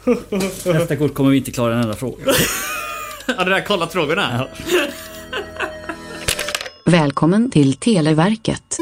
Nästa kort kommer vi inte klara en enda fråga. Ja, det där kollat frågorna. Ja. Välkommen till Televerket.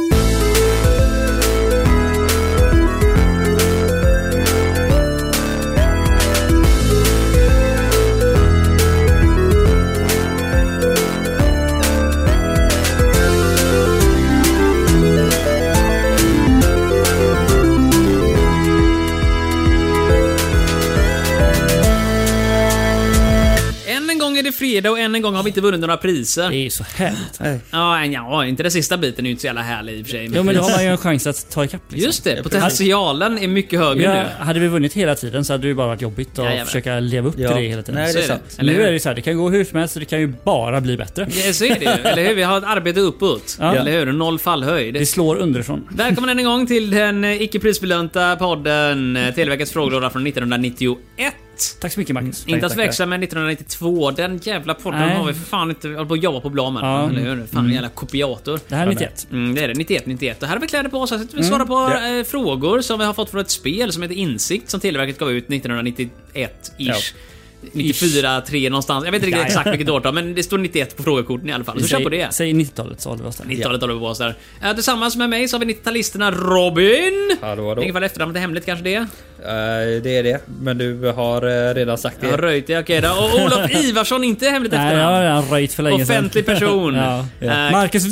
Är det fredag och än en gång har vi inte vunnit några priser. Det är så härligt. Ja, inte den sista biten är ju inte så jävla härlig i och för sig. Jo, men då har man ju en chans att ta ikapp liksom. Just det, potentialen är mycket högre nu. Hade vi vunnit hela tiden så hade det ju bara varit jobbigt att försöka leva upp till det hela tiden. Nej, det är sant. Nu är det så här, det kan gå hur som helst, så det kan ju bara bli bättre. Ja, så är det ju. Eller hur? Vi har ett arbete uppåt. Ja. Eller hur? 0 fallhöjd. Det slår underifrån. Välkommen än en gång till den icke prisbelönta podden Televerkets frågelåda från 1991. Tack så mycket, Marcus. Inte att växa med 1992. Den jävla podden har vi för fan inte hållit på att jobba på bla med. Ja. Eller hur? Fan, jävla kopiator. Det här är 91. Det är det. 91. Det här är vi kläder på oss. Så vi svarar på frågor som vi har fått från ett spel som heter Insikt, som Televerket gav ut 1991-ish. 94, 3 någonstans. Jag vet inte exakt vilket årtal, men det står 91 på frågekorten i alla fall. Så kör på det. Säg 90-talet så håller vi oss där. 90-talet håller vi på oss där. Tillsammans med mig så har vi 90-talisterna Robin. Hallå. I alla fall efternamnet är hemligt, kanske det? Det är det, men du har redan sagt det. Jag har röjt det, okej då. Och Olof Ivarsson, inte hemligt efternamn. Nej, jag har röjt för länge sedan. Offentlig person. Marcus...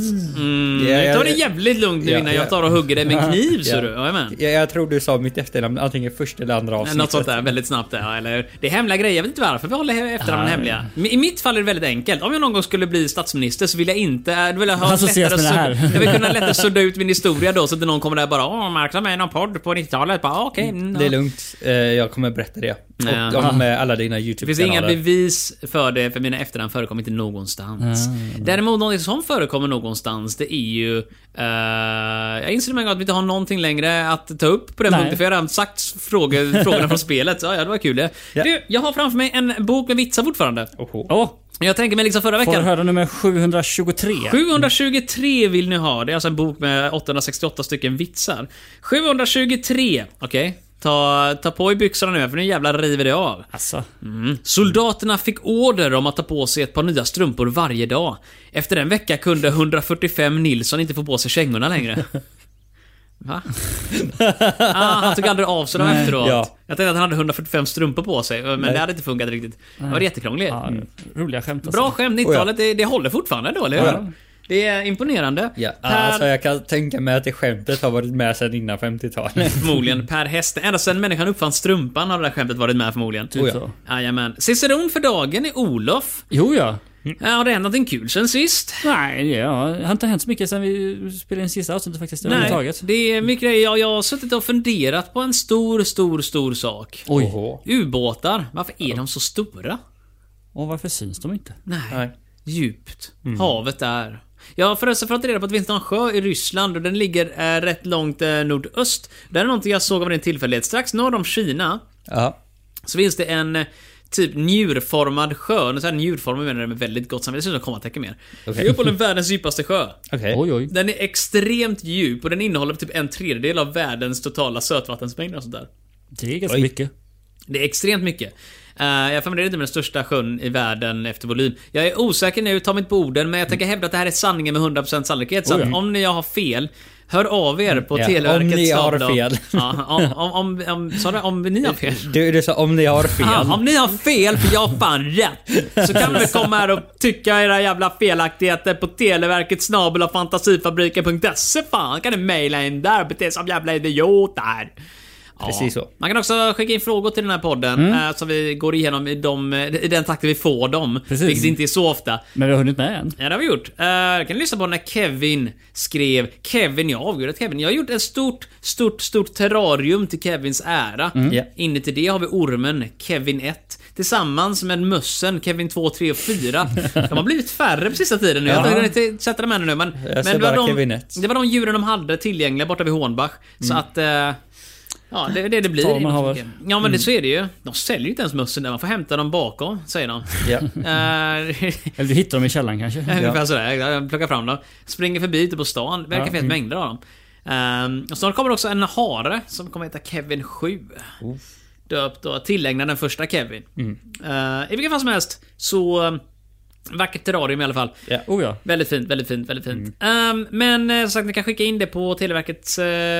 Nu tar det jävligt lugnt nu innan jag tar och hugger dig med en kniv, så du. Jag tror du sa mitt efternamn antingen första eller andra avsnittet. Något sånt där, väldigt snabbt där, eller? Det är hemliga grejer, jag vet inte varför vi håller efternamn hemliga. I mitt fall är det väldigt enkelt. Om jag någon gång skulle bli statsminister så vill jag inte... Vill jag ha jag vill kunna lättare sudda ut min historia då, så att någon kommer där bara Marcus med någon podd på 90-talet. Bara okej. Det är lugnt. Jag kommer berätta det. Och om alla dina YouTube-kanaler. Det finns inga bevis för det, för mina efternamn förekommer inte någonstans. Däremot något som förekommer någonstans, det är ju... jag inser mig att vi inte har någonting längre att ta upp på den punkten, för jag har redan sagt frågorna från spelet. Så ja, det var kul det. Du, jag har framför mig en bok med vitsar fortfarande. Jag tänker mig liksom förra veckan. Får höra nummer 723. 723 vill ni ha. Det är alltså en bok med 868 stycken vitsar. 723, okej. Ta på i byxorna nu, för nu jävla river det av. Alltså. Soldaterna fick order om att ta på sig ett par nya strumpor varje dag. Efter en vecka kunde 145 Nilsson inte få på sig kängorna längre. Va? Han tog aldrig av sig dem efteråt. Jag tänkte att han hade 145 strumpor på sig, men det hade inte funkat riktigt. Det var jättekrångligt. Roliga skämt alltså. Bra skämt, 90-talet, det håller fortfarande då, eller hur? Det är imponerande. Alltså jag kan tänka mig att det skämtet har varit med sedan innan 50-talet. Förmodligen per häst. Ända sedan människan uppfann strumpan har det där skämtet varit med förmodligen. Så. Jajamän. Ciceron för dagen är Olof. Jo, ja. Har det hänt någonting kul sen sist? Nej, det har inte hänt så mycket sen vi spelade in sista avsnittet faktiskt. Nej, det är mycket grejer. Jag har suttit och funderat på en stor sak. Oj. Ubåtar. Varför är de så stora? Och varför syns de inte? Nej. Djupt. Havet där. Jag har förresten fått reda på att det finns en sjö i Ryssland och den ligger rätt långt nordöst. Det är någonting jag såg av en tillfällighet. Strax norr om Kina så finns det en typ njurformad sjö. En sån här njurformad menar det med väldigt gott samvete. Det ser ut som kommatecken mer. Det är på den världens djupaste sjö. Oj. Den är extremt djup och den innehåller typ 1/3 av världens totala sötvattensmängd och sånt där. Det är ganska mycket. Det är extremt mycket. Jag förmodar inte med den största sjön i världen efter volym. Jag är osäker nu, ta mitt på orden, men jag tänker hävda att det här är sanningen med 100% sannolikhet. Så om ni har fel, hör av er på Televerket. Om ni har fel. Om ni har fel. Du sa om ni har fel. Om ni har fel, för jag har fan rätt. Så kan vi komma här och tycka era jävla felaktigheter på televerket@fantasifabriken.se. Fan, kan ni mejla in där, bete som jävla idioter. Precis så. Man kan också skicka in frågor till den här podden så vi går igenom i den takten vi får dem. Precis. Vilket inte är så ofta. Men vi har hunnit med än. Ja, det har vi gjort. Kan ni lyssna på när Kevin skrev jag avgjorde Kevin. Jag har gjort ett stort terrarium till Kevins ära. Inne till det har vi ormen Kevin 1 tillsammans med mössen Kevin 2, 3 och 4. De har blivit färre på sista tiden nu. Jag tänker inte sätta dem ännu nu, men det var de djuren de hade tillgängliga borta vid Hornbach. Så att ja, det blir det. Ja, men det så är det ju. De säljer ju inte ens mössen där. Man får hämta dem bakom, säger de. Eller du hittar dem i källaren kanske. Ungefär sådär. Jag plockar fram dem. Springer förbi ute på stan. Verkar finnas mängder av dem. Och snart kommer också en hare som kommer heta Kevin 7. döpt och tillägnad den första Kevin. I vilket fall som helst så vackert terrarium i alla fall. Ja. Väldigt fint. Men som sagt, ni kan skicka in det på Televerkets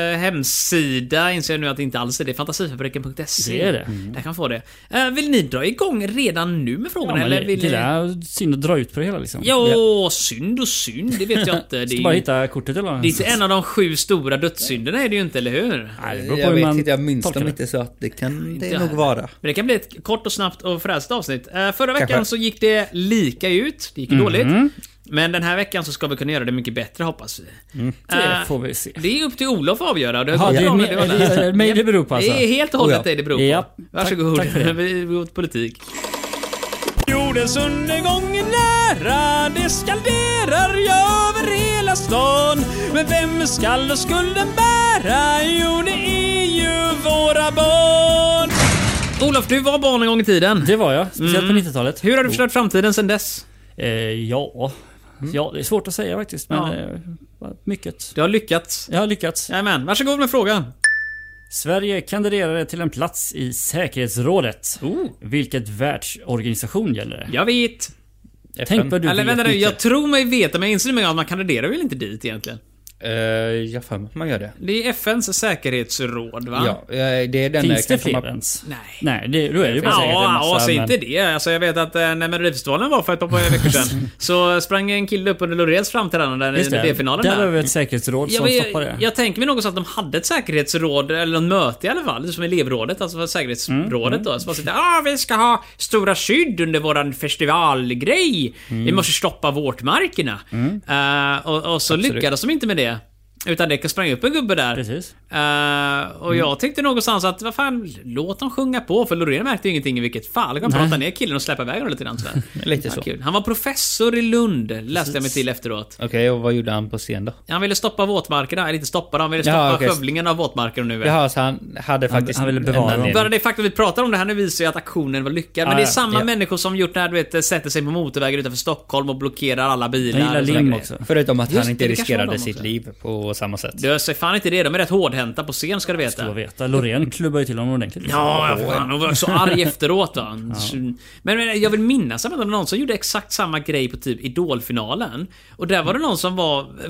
hemsida. Inser jag nu att det inte alls är det. Fantasifabriken.se. Det är det. Där kan få det. Vill ni dra igång redan nu med frågorna? Eller vill det är synd att dra ut på det hela liksom. Ja, synd. Det vet jag inte. Det är bara hitta kortet eller något. Det är inte en av de 7 stora dödssynderna är det ju inte, eller hur? Nej, jag vet inte, jag minns dem inte så att det kan det nog vara. Men det kan bli ett kort och snabbt och fräscht avsnitt. Förra veckan så gick det lika ut. Det gick dåligt. Men den här veckan så ska vi kunna göra det mycket bättre, hoppas vi. Det får vi se. Det är upp till Olof att avgöra. Det är mig det beror på alltså. Det är helt och hållet det beror på. Ja. Varsågod. Tack för det. Vi går till politik. Jordens undergång är nära, det skalderar över hela stan. Men vem skall då skulden bära? Jo, det är ju våra barn. Olof, du var barn en gång i tiden. Det var jag, speciellt på 90-talet. Hur har du förstört framtiden sedan dess? Ja, det är svårt att säga faktiskt. Men mycket. Du har lyckats. Jag har lyckats. Jajamän, varsågod med frågan. Sverige kandiderade till en plats i säkerhetsrådet. Vilket världsorganisation gäller det? Jag vet. Tänk vad du Eller vet vänta nu, mycket. jag tror mig veta, men jag inser mig att man kandiderar väl inte dit egentligen. Jag för mig man gör det. Det är FNs säkerhetsråd, va? Ja, det är den. Finns det fler ens? Nej, då är det ju bara säkert en massa. Ja, inte det. Alltså, jag vet att när Melodifestivalen var för ett par veckor sedan så sprang en kille upp under Loreens framträdande där i D-finalen. Där har vi ett säkerhetsråd som stoppar det. Jag tänker mig något så att de hade ett säkerhetsråd, eller något möte i alla fall, som elevrådet, alltså säkerhetsrådet då. Så bara sitter, vi ska ha stora skydd under våran festivalgrej. Vi måste stoppa våtmarkerna. Och så lyckades de inte med det. Utan det kan spränga upp en gubbe där. Precis. Och jag tyckte någonstans att vad fan, låt dem sjunga på. För Loreen märkte ju ingenting i vilket fall. Jag kan prata ner killen och släppa iväg honom lite grann. Lite så. Kul. Han var professor i Lund, läste jag mig till efteråt. Okej, och vad gjorde han på scen då? Han ville stoppa våtmarkerna, eller inte stoppa dem. Han ville stoppa skövlingen av våtmarker nu. Jaha, så han hade faktiskt... Han ville bevara dem. Bara det faktum vi pratar om det här nu visar ju att aktionen var lyckad. Men det är samma människor som gjort det här, du vet, sätter sig på motorvägar utanför Stockholm och blockerar alla bilar. Jag gillar lim också. Förutom att han inte det riskerade sitt liv på samma sätt. Det är fan inte det, de är rätt hårdhänta på scen, ska du veta. Loreen klubbar ju till honom ordentligt. Ja, fan, hon var så arg efteråt va. Men jag vill minnas att det var någon som gjorde exakt samma grej på typ Idolfinalen. Och där var det någon som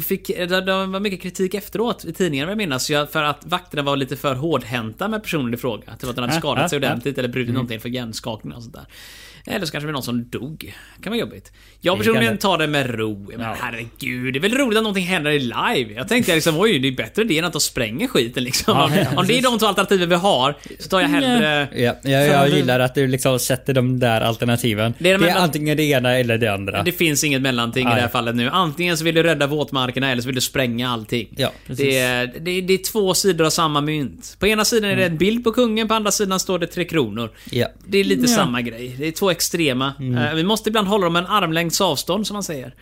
det var mycket kritik efteråt i tidningen, jag minnas, för att vakterna var lite för hårdhänta med personen i fråga. Typ att den hade skadat sig ordentligt eller brutit någonting för hjärnskakning och sånt där. Eller så kanske det var någon som dog. Kan vara jobbigt. Jag personligen tar det med ro. Men herregud, det är väl roligt att någonting händer i live. Jag tänkte liksom, oj, det är bättre det än att de spränger skiten liksom. Om det är de 2 alternativen vi har, så tar jag hellre... Jag gillar att du liksom sätter de där alternativen. Det är antingen det ena eller det andra. Det finns inget mellanting i det här fallet nu. Antingen så vill du rädda våtmarkerna eller så vill du spränga allting. Ja, det är 2 sidor av samma mynt. På ena sidan är det en bild på kungen, på andra sidan står det 3 kronor. Ja. Det är lite samma grej. Det är 2 extrema. Vi måste ibland hålla dem en armlängds avstånd, som man säger.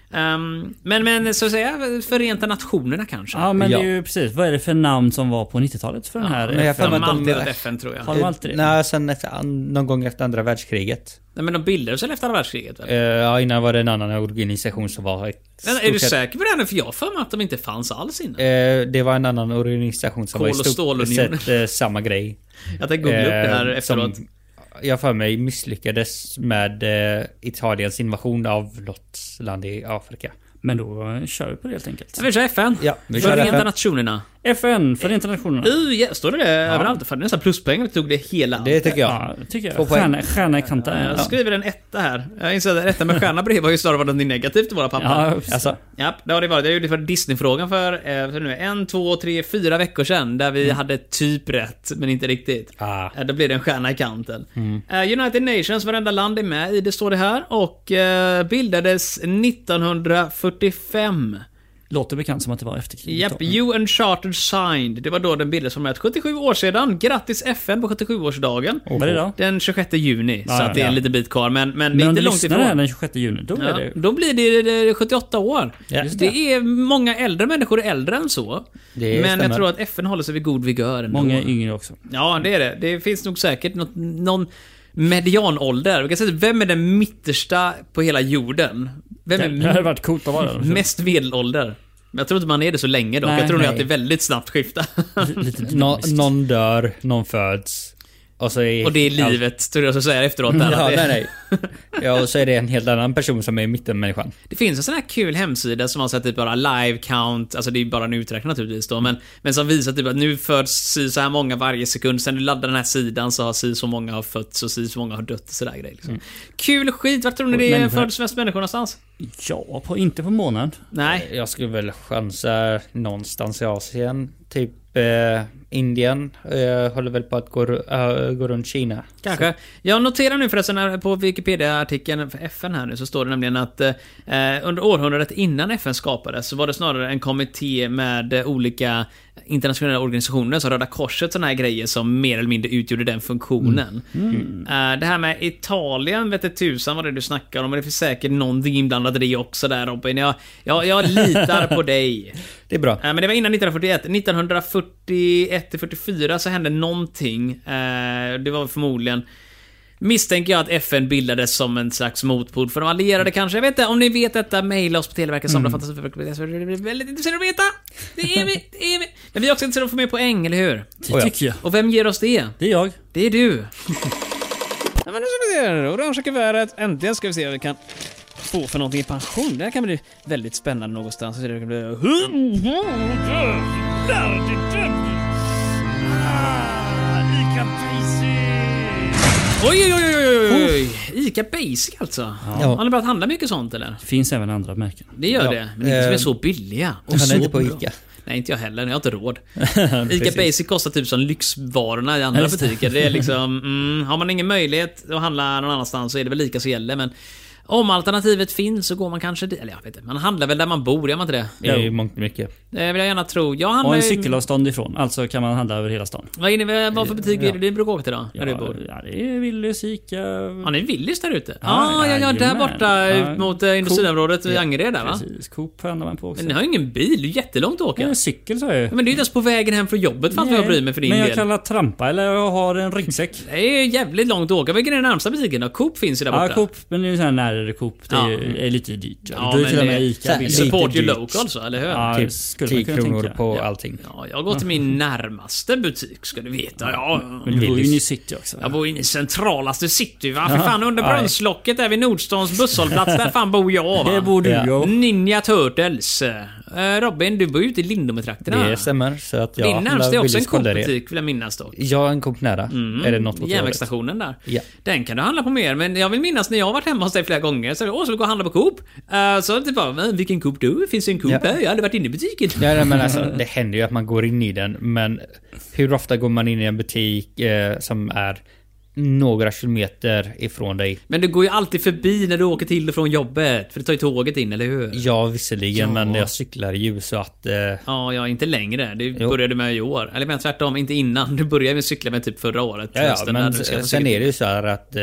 Men så att säga, Förenta Nationerna kanske. Ja, men det är ju precis. Vad är det för namn som var på 90-talet för den här FN? De har alltid FN, tror jag. Har de alltid det? Nej, sen någon gång efter andra världskriget. Nej, men de bildades väl efter andra världskriget, väl? Ja, innan var det en annan organisation som var... Är du säker på det här? För jag för mig att de inte fanns alls innan. Det var en annan organisation som var i stort sett samma grej. Jag tänkte googla upp det här efteråt. Jag för mig misslyckades med Italiens invasion av något land i Afrika. Men då kör vi på det helt enkelt. Vi kör FN. Ja, vi kör Förenta Nationerna. FN, Förenta Nationerna. Står det överallt? För det är nästan pluspoäng att du tog det hela. Det tycker jag. Ja, tycker jag. Stjärna i kanten. Jag skriver en 1 här. Jag inser att 1 med stjärna bredvid var ju snarare varit något negativt i våra papper. Ja, alltså. Ja, det har det varit. Jag gjorde för Disney-frågan för nu 1, 2, 3, 4 veckor sedan. Där vi hade typ rätt, men inte riktigt. Då blev det en stjärna i kanten. United Nations, varenda land är med i, det står det här. Och bildades 1945. Låter bekant som att det var efter kriget. Japp, UN Charter signed. Det var då den bildades för 77 år sedan. Grattis FN på 77-årsdagen. Vad är det då? Den 26 juni. Så att det är en liten bit kvar. Men det är inte långt ifrån. Här den 26 juni, då blir det... Då blir det 78 år. Det är många äldre människor äldre än så. Men jag tror att FN håller sig vid god vigör ändå. Många yngre också. Ja, det är det. Det finns nog säkert någon medianålder. Vi kan säga, vem är den mittersta på hela jorden? Vem är det hade varit coolt att vara där. Mest medelålder? Jag tror inte man är det så länge dock. Jag tror nog att det är väldigt snabbt skifta. Någon dör, någon föds. Och så är Och det är livet, tror jag så säger efteråt. Där, Ja, att det, nej. Ja, och så är det en helt annan person som är mittenmänniskan. det finns en sån här kul hemsida som har sett typ bara live count, alltså det är bara en uträkning naturligtvis då, men som visar typ att nu föds så här många varje sekund, sen du laddar den här sidan så har så många har fötts och så många har dött och sådär grejer liksom. Kul skit, vart tror ni det föds mest människor någonstans? Ja, inte på månaden. Nej. Jag skulle väl chansa någonstans i Asien. Typ Indien. Håller väl på att gå runt Kina. Kanske. Jag noterar nu förresten på Wikipedia-artikeln för FN här nu, så står det nämligen att under århundradet innan FN skapades så var det snarare en kommitté med olika internationella organisationer, så Röda Korset, såna här grejer som mer eller mindre utgjorde den funktionen. Det här med Italien, vet du tusan vad det du snackar om, men det finns säkert någonting inblandat i det också där, Robin. Jag litar på dig. Det är bra. Men det var innan 1941. 1941-44 så hände någonting. Det var förmodligen, misstänker jag, att FN bildades som en slags motpol för de allierade kanske. Jag vet inte, om ni vet detta, mejla oss på Televerket samla fantasi. Det är väldigt intresserande att veta. Det är vi. Men vi är också intresserade att få med poäng, eller hur? Det tycker jag. Och vem ger oss det? Det är jag. Det är du. Ja, men nu ska vi se det orangea kuvertet. Äntligen ska vi se vad vi kan få för någonting i pension. Det här kan bli väldigt spännande någonstans. Så det kan bli... Oj. Ica Basic alltså. Ja. Har ni börjat handla mycket sånt eller? Det finns även andra märken. Det gör det, men inte som är så billiga. Och Han så är inte på bra. Ica. Nej, inte jag heller. Jag har inte råd. Ica Precis. Basic kostar typ som lyxvarorna i andra Just det. butiker. Det är liksom, har man ingen möjlighet att handla någon annanstans så är det väl lika så gäller, men om alternativet finns så går man kanske dit. Eller jag vet inte, man handlar väl där man bor, gör man inte det? Det är ju mångt mycket. Det vill jag gärna tro. Jag Och handlar en cykelavstånd ifrån. Alltså kan man handla över hela stan. Vad för butik är det du brukar åka till då? När du bor? Ja, det är Willys, Ica. Ja, ni är Willys där ute? Ja, Ja, där jajamän. borta Ja. ut mot industriområdet vid Angered där, va? Precis, Coop handlar man på också. Men ni har ju ingen bil, det är jättelångt att åka. Ja, en cykel sa jag ju. Men det är ju inte ens på vägen hem från jobbet för att jag bryr mig för din men jag del. kan trampa eller jag har en ryggsäck. Det är jävligt långt att åka. Vilken är den närmsta butiken då? Coop finns ju där borta. Ja, Coop, men det är ju sån här nära Coop. Det är lite dyrt. Ja, Då är men till och med det- Ica billigt. Support Lite your dyrt. local så, eller hur? Ja, Typ skulle 10 man kunna kronor tänka. på Ja. allting. Ja, jag går till min närmaste butik, ska du veta. Ja, Men du bor ju Willys. inne i city också. jag bor inne i centralaste city, va? För fan, under brunnslocket där vid Nordstans busshållplats, där fan bor jag, va? Det bor du Ja. Ninja Turtles. Robin, du bor ju ute i Lindometrakterna. Det stämmer. Så att jag Din närmaste är också en Willys kolla det. Coop-butik, vill jag minnas då. Ja, en Coop nära. Är det något åt det hållet? Järnvägsstationen där. Ja. Den kan du handla på mer, men jag vill minnas när jag har varit hemma hos dig flera gånger så så vi går och handla på Coop. Så typ bara, men vilken Coop du? Finns det en Coop Ja. här? Jag har aldrig varit inne i butiken. Ja, nej, men alltså, det händer ju att man går in i den, men hur ofta går man in i en butik som är några kilometer ifrån dig? Men du går ju alltid förbi när du åker till och från jobbet, för du tar ju tåget in, eller hur? Ja, visserligen, men jag cyklar ju så att... Ja, inte längre. Det Jo. började med i år. Eller men tvärtom, inte innan. Du började med cykla med typ förra året. Ja, hösten, när men du ska få sen cykla. är det ju så här att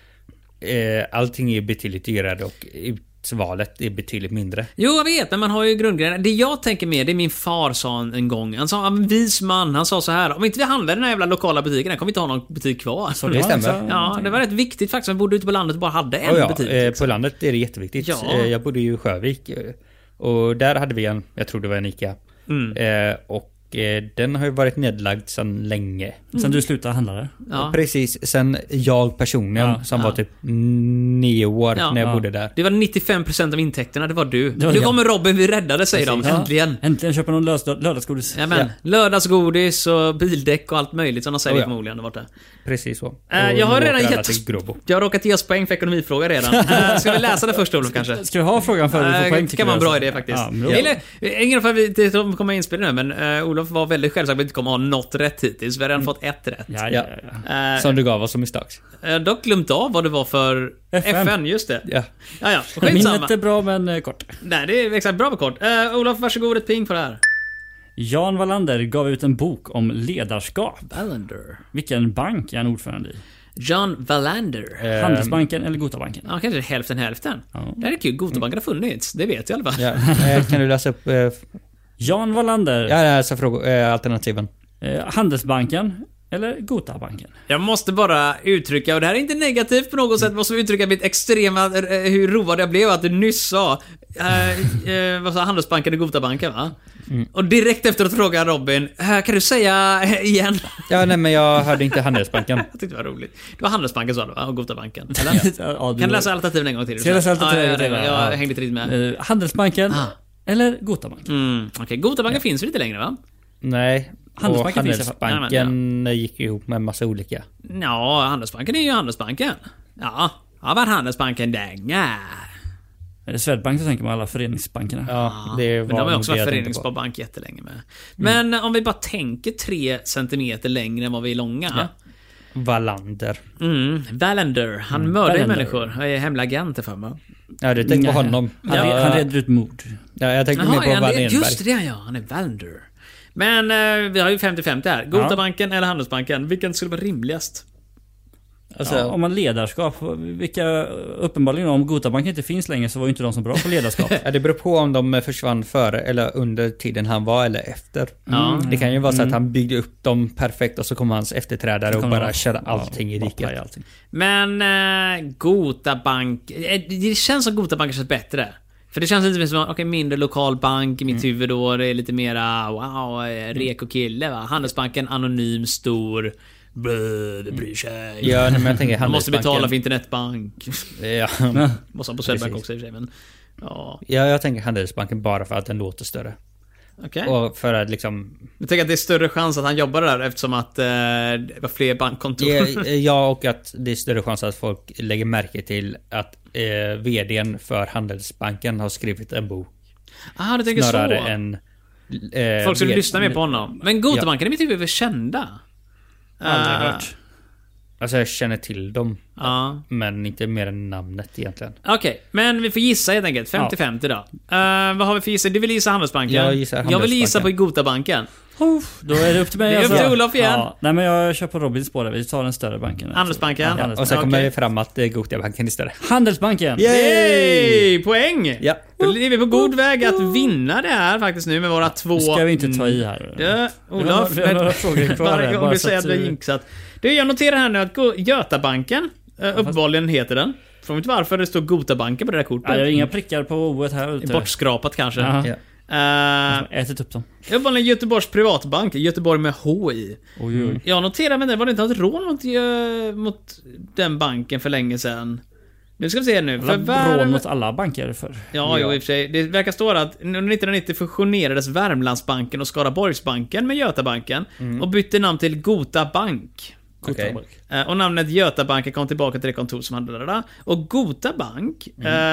allting är betydligt dyrare och utsvalet är betydligt mindre. Jo, jag vet, men man har ju grundgrejerna. Det jag tänker med, det är min far sa en gång. Han sa, en vis man, han sa så här: om inte vi handlar i den här jävla lokala butiken, kommer vi inte ha någon butik kvar. Så Det stämmer. alltså- Ja, det var rätt viktigt faktiskt. Man bodde ute på landet och bara hade en Ja, butik. Liksom. på landet är det jätteviktigt. Ja. Jag bodde ju i Sjövik och där hade vi jag tror det var en Ica. Och den har ju varit nedlagd sedan länge. Sen du slutade handla där. Ja. Precis, sen jag personligen som var typ 9 år Ja. när jag bodde där. Det var 95% av intäkterna, det var du. var Nu jag. kommer Robin, vi räddade, säger de. Ja. Äntligen. Äntligen köpa någon lördagsgodis. Jajamän. Lördagsgodis och bildäck och allt möjligt som de säljer Oh ja. förmodligen där borta. Precis så. Och Jag har nu redan åker alla gett... till Gråbo. Jag har råkat ge oss poäng för ekonomifråga redan. Ska vi läsa det först, Olof, kanske? Ska vi ha frågan för att få poäng? Det kan vara en bra idé faktiskt. Ja, men då- Eller, ingen för att vi kommer inspel nu, men Olof var väldigt självsagt att vi inte kommer ha något rätt hittills. Vi har redan fått ett rätt. Ja. Som du gav oss som misstags. Dock glömt av vad det var för FN. FN, just det. Ja. Ja, skitsamma. Minnet är bra men kort. Nej, det är exakt bra med kort. Olof, varsågod, ett ping på det här. Jan Wallander gav ut en bok om ledarskap. Wallander. Vilken bank är han ordförande i? John Wallander. Handelsbanken eller Gotabanken? Ja, kanske hälften. Ja. Det här är kul. Gotabanken har funnits. Det vet jag i alla fall. Ja. Kan du läsa upp Jan Wallander. alltså alternativen? Handelsbanken eller Gotabanken? Jag måste bara uttrycka, och det här är inte negativt på något sätt, måste uttrycka mitt extrema, hur road jag blev att du nyss sa vad sa Handelsbanken och Gotabanken, va? Och direkt efteråt frågade Robin, kan du säga igen? Ja, nej, men jag hörde inte Handelsbanken. Jag tyckte det var roligt. Det var Handelsbanken, sa du, va? Och Gotabanken. Eller? Ja, Kan du läsa alternativen en gång till? Ska jag läsa alternativen? Jag hängde inte riktigt med. Handelsbanken eller Gotabanken? Okej, Gotabanken finns ju inte längre, va? Nej. Handelsbanken och finns i alla fall. Handelsbanken gick ihop med en massa olika. Ja, Handelsbanken är ju Handelsbanken. Ja, har varit Handelsbanken länge. Är det Swedbank så tänker man alla föreningsbankerna? Ja, det var Men de har också nog det varit jag tänkte på. föreningssparbank jättelänge med. Men om vi bara tänker 3 centimeter längre än vad vi är långa. Ja. Wallander. Wallander, han mördar ju Wallander. människor. Han är hemlig agent för mig. Ja, du tänkte på honom. Han reder ut mord. Ja, jag tänkte mer på Jaha, Wallenberg. just det, ja. Han är Wallander. Men vi har ju 50-50 här. Gotabanken eller Handelsbanken. Vilken skulle vara rimligast? Alltså, Ja, om man ledarskap, vilka uppenbarligen om Gotabanken inte finns längre så var ju inte de så bra på ledarskap. ja, det beror på om de försvann före eller under tiden han var eller efter. Det kan ju vara så att han byggde upp dem perfekt och så kom hans efterträdare och bara körde allting i diket. Men Gotabank, det känns som Gotabanken känns bättre. För det känns lite som mindre lokal bank i mitt huvud då. Det är lite mera reko kille, va? Handelsbanken anonym, stor. Det bryr sig. Ja, men jag tänker man måste Handelsbanken. betala för internetbank. Ja. Måste ha på Swedbank Precis. också i och för sig, men ja. Ja, jag tänker Handelsbanken bara för att den låter större. Okej. Och för att liksom... Jag tänker att det är större chans att han jobbar där eftersom att det var fler bankkontor. Ja, och att det är större chans att folk lägger märke till att vdn för Handelsbanken har skrivit en bok. Du tänker Snarare så. än... Folk skulle lyssna mer på honom. Men Gotabanken är mitt huvud kända. Aldrig hört. Alltså jag känner till dem. Ja. Men inte mer än namnet egentligen. Okej, men vi får gissa helt enkelt. 50-50 då. Vad har vi för gissning? Du vill gissa Handelsbanken? Jag gissar Jag vill Handelsbanken. gissa på Gotabanken. Då är det upp till mig. Det är upp till Olof igen. Ja, nej men jag kör på Robins spår där. Vi tar den större banken. Handelsbanken. Och sen kommer Okej. det fram att Gotabanken är större. Handelsbanken. Yay! Poäng! Ja. Då är vi på god väg att vinna det här faktiskt nu med våra 2... Ska vi inte ta i här? Ja, Olof. Vi har några frågor kvar här, Om bara du så säger att att du är jinxat. Jag noterar här nu att Götabanken, uppenbarligen heter den. Från vet varför det står Gotabanken på det där kortet. Ja, jag har inga prickar på O-et här ute. Bortskrapat kanske. Ja. Ja. Ätit upp dem. Uppenbarligen Göteborgs privatbank. Göteborg med H i. Oj. Jag noterar med det, var det inte något rån mot den banken för länge sedan? Nu ska vi se nu. Rån mot alla banker för. Ja, jo, i och för sig. Det verkar stå att under 1990 fusionerades Värmlandsbanken och Skaraborgsbanken med Götabanken och bytte namn till Gota Bank. Okej. Och namnet Götabanken kom tillbaka till det kontor som hade det där. Och Gota Bank,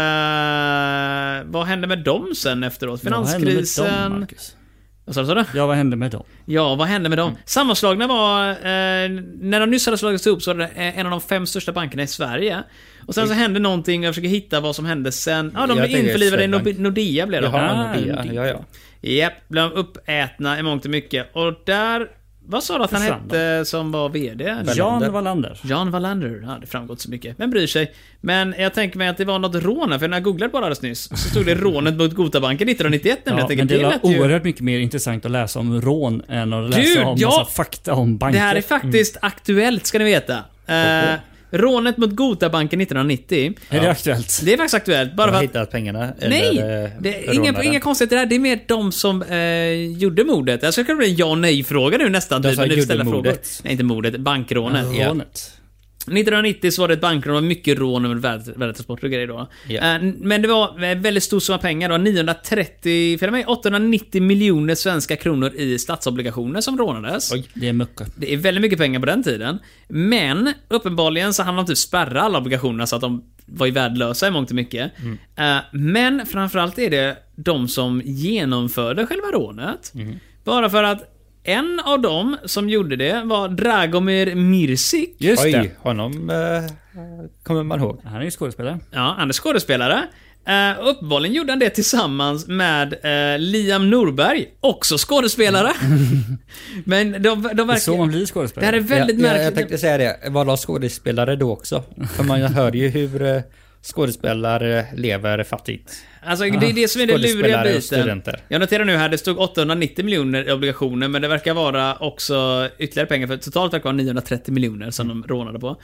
vad hände med dem sen efteråt? Finanskrisen... Vad sa du? Ja, vad hände med dem? Ja, vad hände med dem? Sammanslagna var... när de nyss hade slagits ihop så var det en av de 5 största bankerna i Sverige. Och sen så hände någonting och jag försöker hitta vad som hände sen. Ja, de blev införlivade i Nordea blev de. Jaha, Nordea. Ja. Japp, blev uppätna i mångt och mycket. Och där... Vad sa du att han hette som var VD? Jan Wallander. Jan Wallander. Ja, det framgått så mycket. Vem bryr sig? Men jag tänker mig att det var något rån. För när jag googlade bara alldeles nyss så stod det rånet mot Gotabanken 1991. Ja, men det är oerhört mycket mer intressant att läsa om rån än att läsa om massa fakta om banker. Det här är faktiskt aktuellt, ska ni veta. Rånet mot Gotabanken 1990. Är det aktuellt? Det är faktiskt aktuellt. Bara Har för att... hittat pengarna? Nej! Det är inga konstigheter där. Det är mer de som gjorde mordet. Jag ska kunna bli en ja nej-fråga nu nästan. De som typ, gjorde mordet. Nej, inte mordet. Bankrånet. Ja. Rånet. 1990 så var det ett bankrån och mycket rån över värdetransporter och grejer då. Ja. Men det var väldigt stor summa pengar. Det var 890 miljoner svenska kronor i statsobligationer som rånades. Oj, det är mycket. Det är väldigt mycket pengar på den tiden. Men uppenbarligen så handlade de typ spärra alla obligationerna så att de var ju värdelösa i mångt och mycket. Men framförallt är det de som genomförde själva rånet. Bara för att en av dem som gjorde det var Dragomir Mirsic. Just det. Oj, honom kommer man ihåg. Han är ju skådespelare. Ja, han är skådespelare. Uppenbarligen gjorde han det tillsammans med Liam Norberg, också skådespelare. Men de Det är så verkar... man blir Det skådespelare. här är väldigt jag märkligt. tänkte säga det. Var de skådespelare då också? För man hör ju hur skådespelare lever fattigt. Alltså det är det som är det luriga Skådespelare och biten. studenter. Jag noterar nu här, det stod 890 miljoner i obligationer, men det verkar vara också ytterligare pengar, för totalt verkar vara 930 miljoner som de rånade på.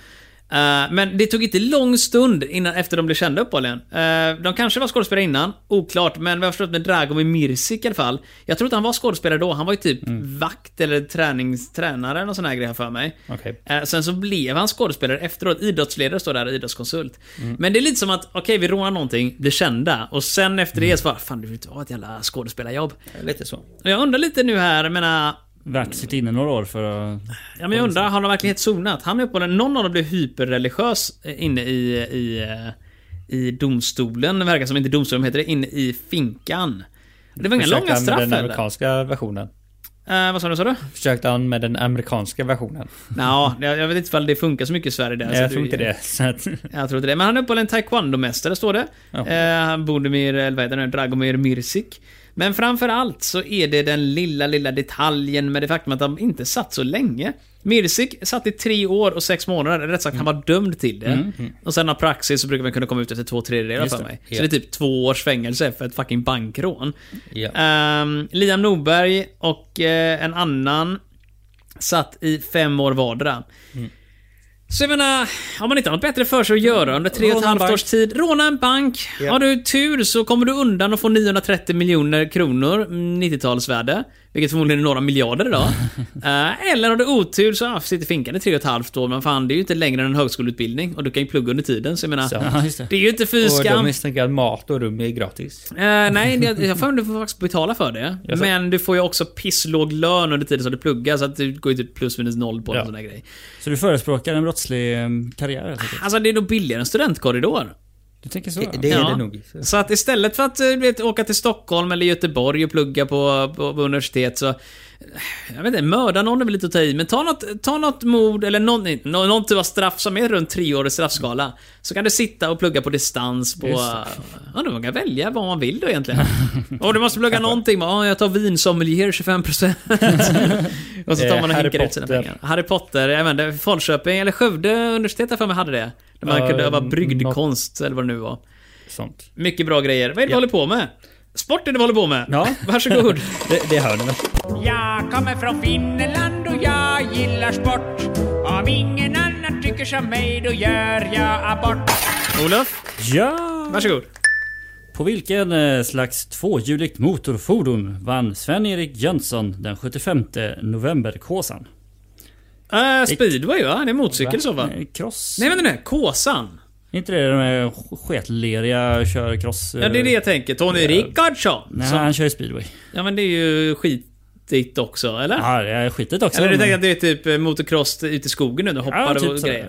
Men det tog inte lång stund efter de blev kända uppehållen. De kanske var skådespelare innan, oklart, men vi har förstått med Dragomir Mirsic i alla fall. Jag tror inte han var skådespelare då, han var ju typ vakt eller tränare eller någon sån här grej för mig. Sen så blev han skådespelare efteråt, idrottsledare står där, idrottskonsult. Men det är lite som att, vi rånar någonting, blir kända, och sen efter det så bara, fan du vill inte ha ett jävla skådespelarjobb. Lite så. Jag undrar lite nu här, jag menar... Värt sitt inne några år för att... Ja, men jag undrar, har de verkligen helt zonat? Han är uppehållen, någon av dem blev hyperreligiös inne i domstolen, det verkar som inte domstolen heter det, inne i finkan. Det var inga långa straff med den amerikanska versionen. Vad sa du? Försökte han med den amerikanska versionen? Ja, jag vet inte om det funkar så mycket i Sverige där. Jag tror inte det. Jag tror inte det. Men han är uppehållen taekwondo-mästare, står det. Dragomir Mirsic. Men framförallt så är det den lilla detaljen med det faktum att de inte satt så länge. Mirsic satt i 3 år och 6 månader. Rätt sagt, han var dömd till det. Och sen av praxis så brukar man kunna komma ut efter 2/3 för mig. Så det är typ 2 års fängelse för ett fucking bankrån. Liam Norberg och en annan satt i 5 år vardera. Så jag menar, om man inte har något bättre för sig att göra under 3,5 års tid, råna en bank. Har du tur så kommer du undan och få 930 miljoner kronor 90-talsvärde, vilket förmodligen är några miljarder idag. Eller har du otur så sitter finkan i 3,5 år, men fan, det är ju inte längre än en högskoleutbildning och du kan ju plugga under tiden, så jag menar, det är ju inte fy skam. Och de misstänker att mat och rum är gratis. Nej, jag får du får faktiskt betala för det. Men du får ju också pisslåg lön under tiden som du pluggar, så att du går ju typ plus minus noll på en sån där grej. Så du förespråkar en brottslig karriär? Alltså det är nog billigare än studentkorridor. Du tänker så? Det är det nog. Så att istället för att åka till Stockholm eller Göteborg och plugga på universitet, så jag vet inte, mörda någon är väl lite att ta i, men ta något mord eller någon typ av straff som är runt 3-årig straffskala, så kan du sitta och plugga på distans på... man kan välja vad man vill då egentligen. Och du måste plugga någonting, jag tar vinsommelier 25%. Och så tar man och hinkar ut sina pengar. Harry Potter, jag vet inte, Falköping eller Skövde universitet för mig hade det. Där man kunde öva brygdkonst eller vad det nu var. Sånt. Mycket bra grejer. Vad är det vi håller på med? Sport är det vi håller på med. Ja. Varsågod. det hör ni väl? Jag kommer från Finland och jag gillar sport. Om ingen annan tycker som mig, då gör jag abort. Olof? Ja! Varsågod. På vilken slags tvåhjuligt motorfordon vann Sven-Erik Jönsson den 75 november-kåsan? Speedway, va? Det är motorcykel så, va? Cross? Nej, vänta nu. Kåsan. Inte det de är sketleriga kör cross? Ja, det är det jag tänker. Tony Rickardsson. Nej, han kör speedway. Ja, men det är ju skitigt också, eller? Ja, det är skitigt också. Eller du tänker att det är typ motocross ute i skogen nu, du hoppar typ och grejer.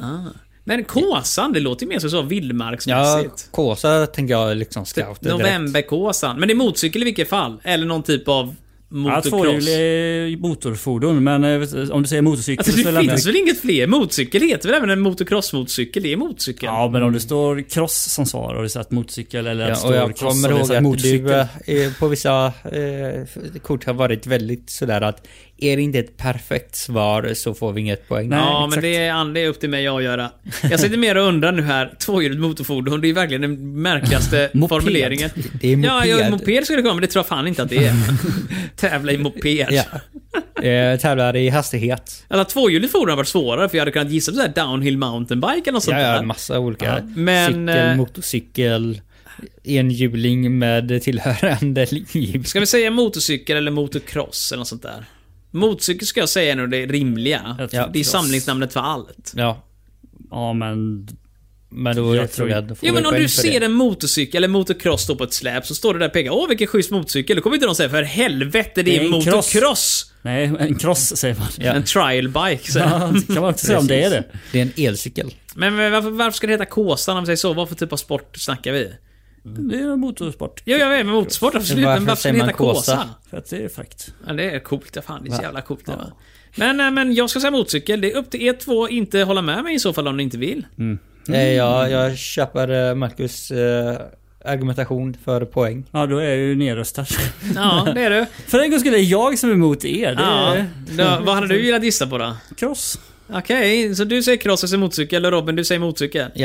Men Kåsan, det låter ju mer så vildmarksmässigt. Ja, Kåsa tänker jag liksom scout. Novemberkåsan. Men det är motorcykel i vilket fall? Eller någon typ av motocross? Ja, tvåhjulig motorfordon, men om du säger motorcykel, alltså, det finns väl inget fler? Motorcykel heter väl även en motocross-motorcykel? Det är motorcykel. Ja, men om det står cross som svar och det satt motorcykel eller att och jag står cross kommer och ihåg att motorcykel. du på vissa kort har varit väldigt sådär att är det inte ett perfekt svar så får vi inget poäng. Nej, ja, exakt. Men det är upp till mig att göra. Jag sitter mer och undrar nu här, tvåhjuligt motorfordon, det är verkligen den märkligaste formuleringen. Det är moped. Ja, moped skulle det komma, men det tror jag fan inte att det är. Tävla i moped. Ja. Tävlar i hastighet. Alltså tvåhjuligt fordon har varit svårare, för jag hade kunnat gissa på så här downhill mountainbike eller något sånt där. Ja, massa olika. Ja, men cykel, motorcykel, enhjuling med tillhörande liv. Ska vi säga motorcykel eller motocross eller något sånt där? Motorcykel ska jag säga är nog det rimliga. Det är samlingsnamnet för allt. Ja. Ja, men då jag tror jag ja, men om du ser en motorcykel eller motocross stå på ett släp, så står det där och pekar, vilken schysst motorcykel. Då kommer inte någon säga, för helvete, det är motocross. Nej, en cross säger man. Ja. En trial bike. Så. Ja, det kan man inte säga om det är det. Det är en elcykel. Men varför ska det heta Kåsan om vi säger så? Vad för typ av sport snackar vi? Det är motorsport. Ja, jag vet, men motorsport absolut. Men varför ska det heta Kåsa? För att det är fräckt. Ja, det är coolt. Fan, det är så jävla coolt. Ja. Men jag ska säga motorcykel. Det är upp till er två inte hålla med mig i så fall om ni inte vill. Jag köper Marcus argumentation för poäng. Ja, då är jag ju nedröstad. Ja, det är du. För en gång skulle det jag som är emot er. Vad hade du velat gissa på då? Cross. Okej, så du säger cross och säger motorcykel, och Robin, du säger motorcykel. Ja.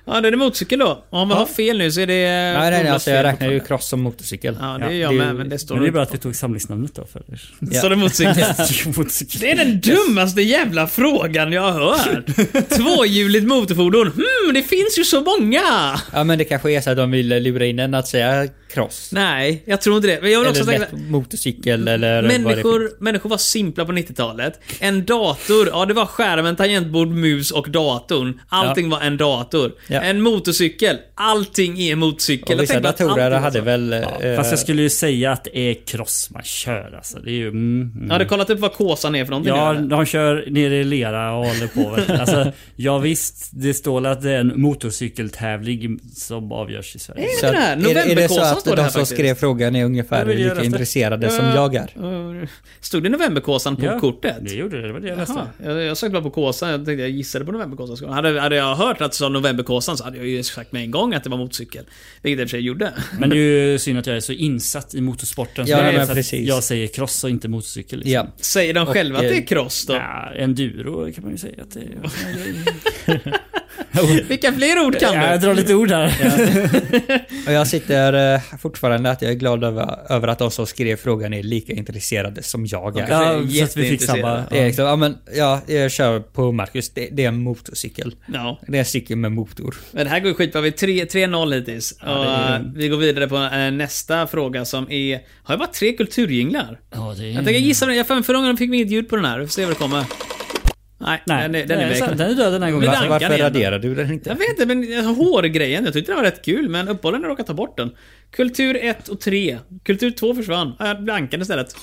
Ja, det är motorcykel då. Om vi har fel nu så är det... Nej, alltså jag räknar ju cross som motorcykel. Ja, det gör jag med, men det står... Men det är bra att vi tog samlingsnamnet då. Står det motorcykel? Det är den dummaste jävla frågan jag har hört. Tvåhjuligt motorfordon. Det finns ju så många. Ja, men det kanske är så att de vill lura in en att säga cross. Nej, jag tror inte det. Men jag vill också eller lätt motorcykel eller människor var simpla på 90-talet. En dator, ja det var skärmen, tangentbord, mus och datorn. Allting var en dator. Ja. En motorcykel, allting är motorcykel. Och vissa datorer hade väl... Fast jag skulle ju säga att det är cross man kör alltså. Det är ju... Ja, du kollat upp vad Kåsan är för någonting? Ja, de kör ner i lera och håller på. Alltså, ja visst, det står att det är en motorcykeltävling som avgörs i Sverige. Så är det så att de som skrev frågan är ungefär lika intresserade som jag är? Stod det Novemberkåsan på kortet? Det gjorde det var det jag läste. Jag sökte bara på Kåsan, jag gissade på Novemberkåsan. Hade jag hört att det sa Novemberkåsan så hade jag ju sagt med en gång att det var motorcykel. Vilket jag i och för sig gjorde. Men det är ju synd att jag är så insatt i motorsporten. Ja, men precis. Jag säger cross och inte motorcykel. Liksom. Ja. Säger de själva att det är cross då? Ja, enduro kan man ju säga att det är. Vilka fler ord kan du? Jag drar lite ord här. Ja. Och jag sitter fortfarande att jag är glad över att de som skrev frågan är lika intresserade som jag är. Ja, så att vi fick samma. Ja, men jag kör på Marcus. Det är en motorcykel. Ja. Det är en cykel med motor. Men det här går ju skitbra. Vi är 3-0 hittills. Ja, vi går vidare på nästa fråga som är... Har jag bara 3 kulturjinglar? Ja, det är... Jag tänker gissa den. Förra gången fick vi inget ljud på den här. Vi får se vad det kommer. Nej, den är väck. Den är död den här gången. Varför raderar du den inte? Jag vet inte, men hårgrejen, jag tyckte den var rätt kul, men uppehållen råkade ta bort den. Kultur 1 och 3. Kultur 2 försvann. Jag blankade istället.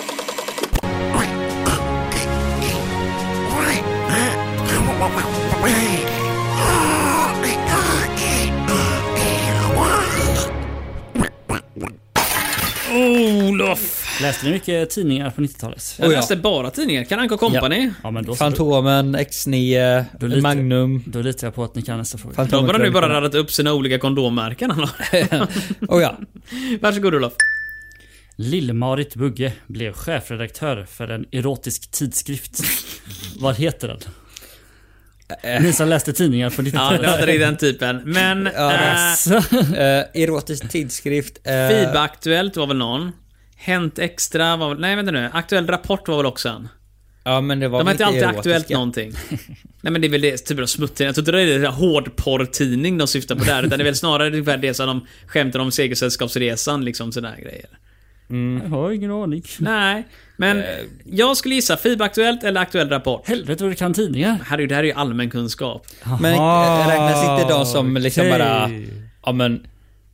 Olof! Läste ni mycket tidningar på 90-talet? Jag läste bara tidningar. Kan Anka Company? Ja, men då Fantomen, X9, Magnum. Då litar jag på att ni kan nästa fråga. De har nu bara radat upp sina olika kondommärken. Ja. Varsågod Olof. Lill-Marit Bugge blev chefredaktör för en erotisk tidskrift. Vad heter den? Ni som läste tidningar på 90-talet. Ja, det är den typen. Men... erotisk tidskrift. FIB-aktuellt var väl någon. Hänt Extra var väl... Nej, vänta nu. Aktuell Rapport var väl också en. Ja, men det var de hette alltid erotiska. Aktuellt någonting. Nej, men det är väl det typ av smuttning. Jag tror inte det är det hårdporrtidning de syftar på där. Utan det är väl snarare det som de skämtar om Segersällskapsresan, liksom sådana grejer. Jag har ingen aning. Nej, men jag skulle gissa FIB-aktuellt eller Aktuell Rapport. Helvete vad du kan tidningar. Det här är ju allmän kunskap. Men räknas inte de som liksom bara... Ja, men...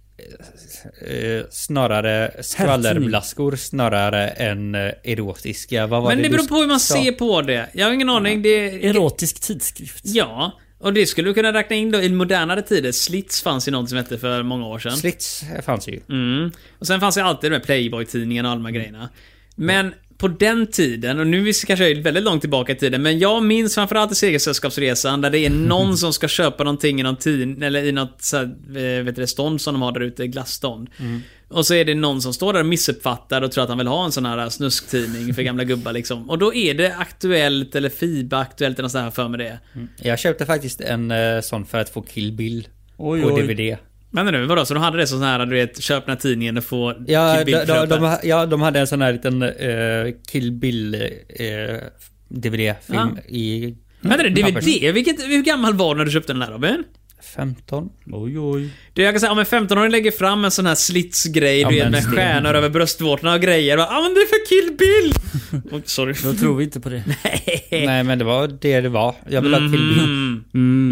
snarare skvallerblaskor snarare än erotiska. Vad var men det beror på hur man sa? ser på det. Jag har ingen aning. Erotisk tidskrift. Ja. Och det skulle du kunna räkna in då i modernare tider. Slits fanns ju något som hette för många år sedan. Slits fanns ju. Och sen fanns ju alltid de här Playboy-tidningen och alla de här grejerna. Men på den tiden, och nu vi kanske är väldigt långt tillbaka i tiden, men jag minns framförallt i Segersällskapsresan där det är någon som ska köpa någonting i någon tidning eller i något så här, stånd som de har där ute, glassstånd. Och så är det någon som står där och missuppfattar och tror att han vill ha en sån här snusktidning för gamla gubbar liksom. Och då är det Aktuellt eller FIB-aktuellt eller något sånt här för med det. Jag köpte faktiskt en sån för att få Kill Bill på DVD. Men nu, vadå? Så de hade det sån här, du vet, köp den här tidningen och få Kill Bill de hade en sån här liten Kill Bill DVD-film i... Men det DVD? Hur gammal var du när du köpte den här, Robin? 15. Oj. Du, jag kan säga, om en 15-åring lägger fram en sån här slitsgrej med stjärnor över bröstvårtorna och grejer. Men det är för Kill Bill! Sorry. Då tror vi inte på det. Nej, men det var det var. Jag vill ha Kill Bill.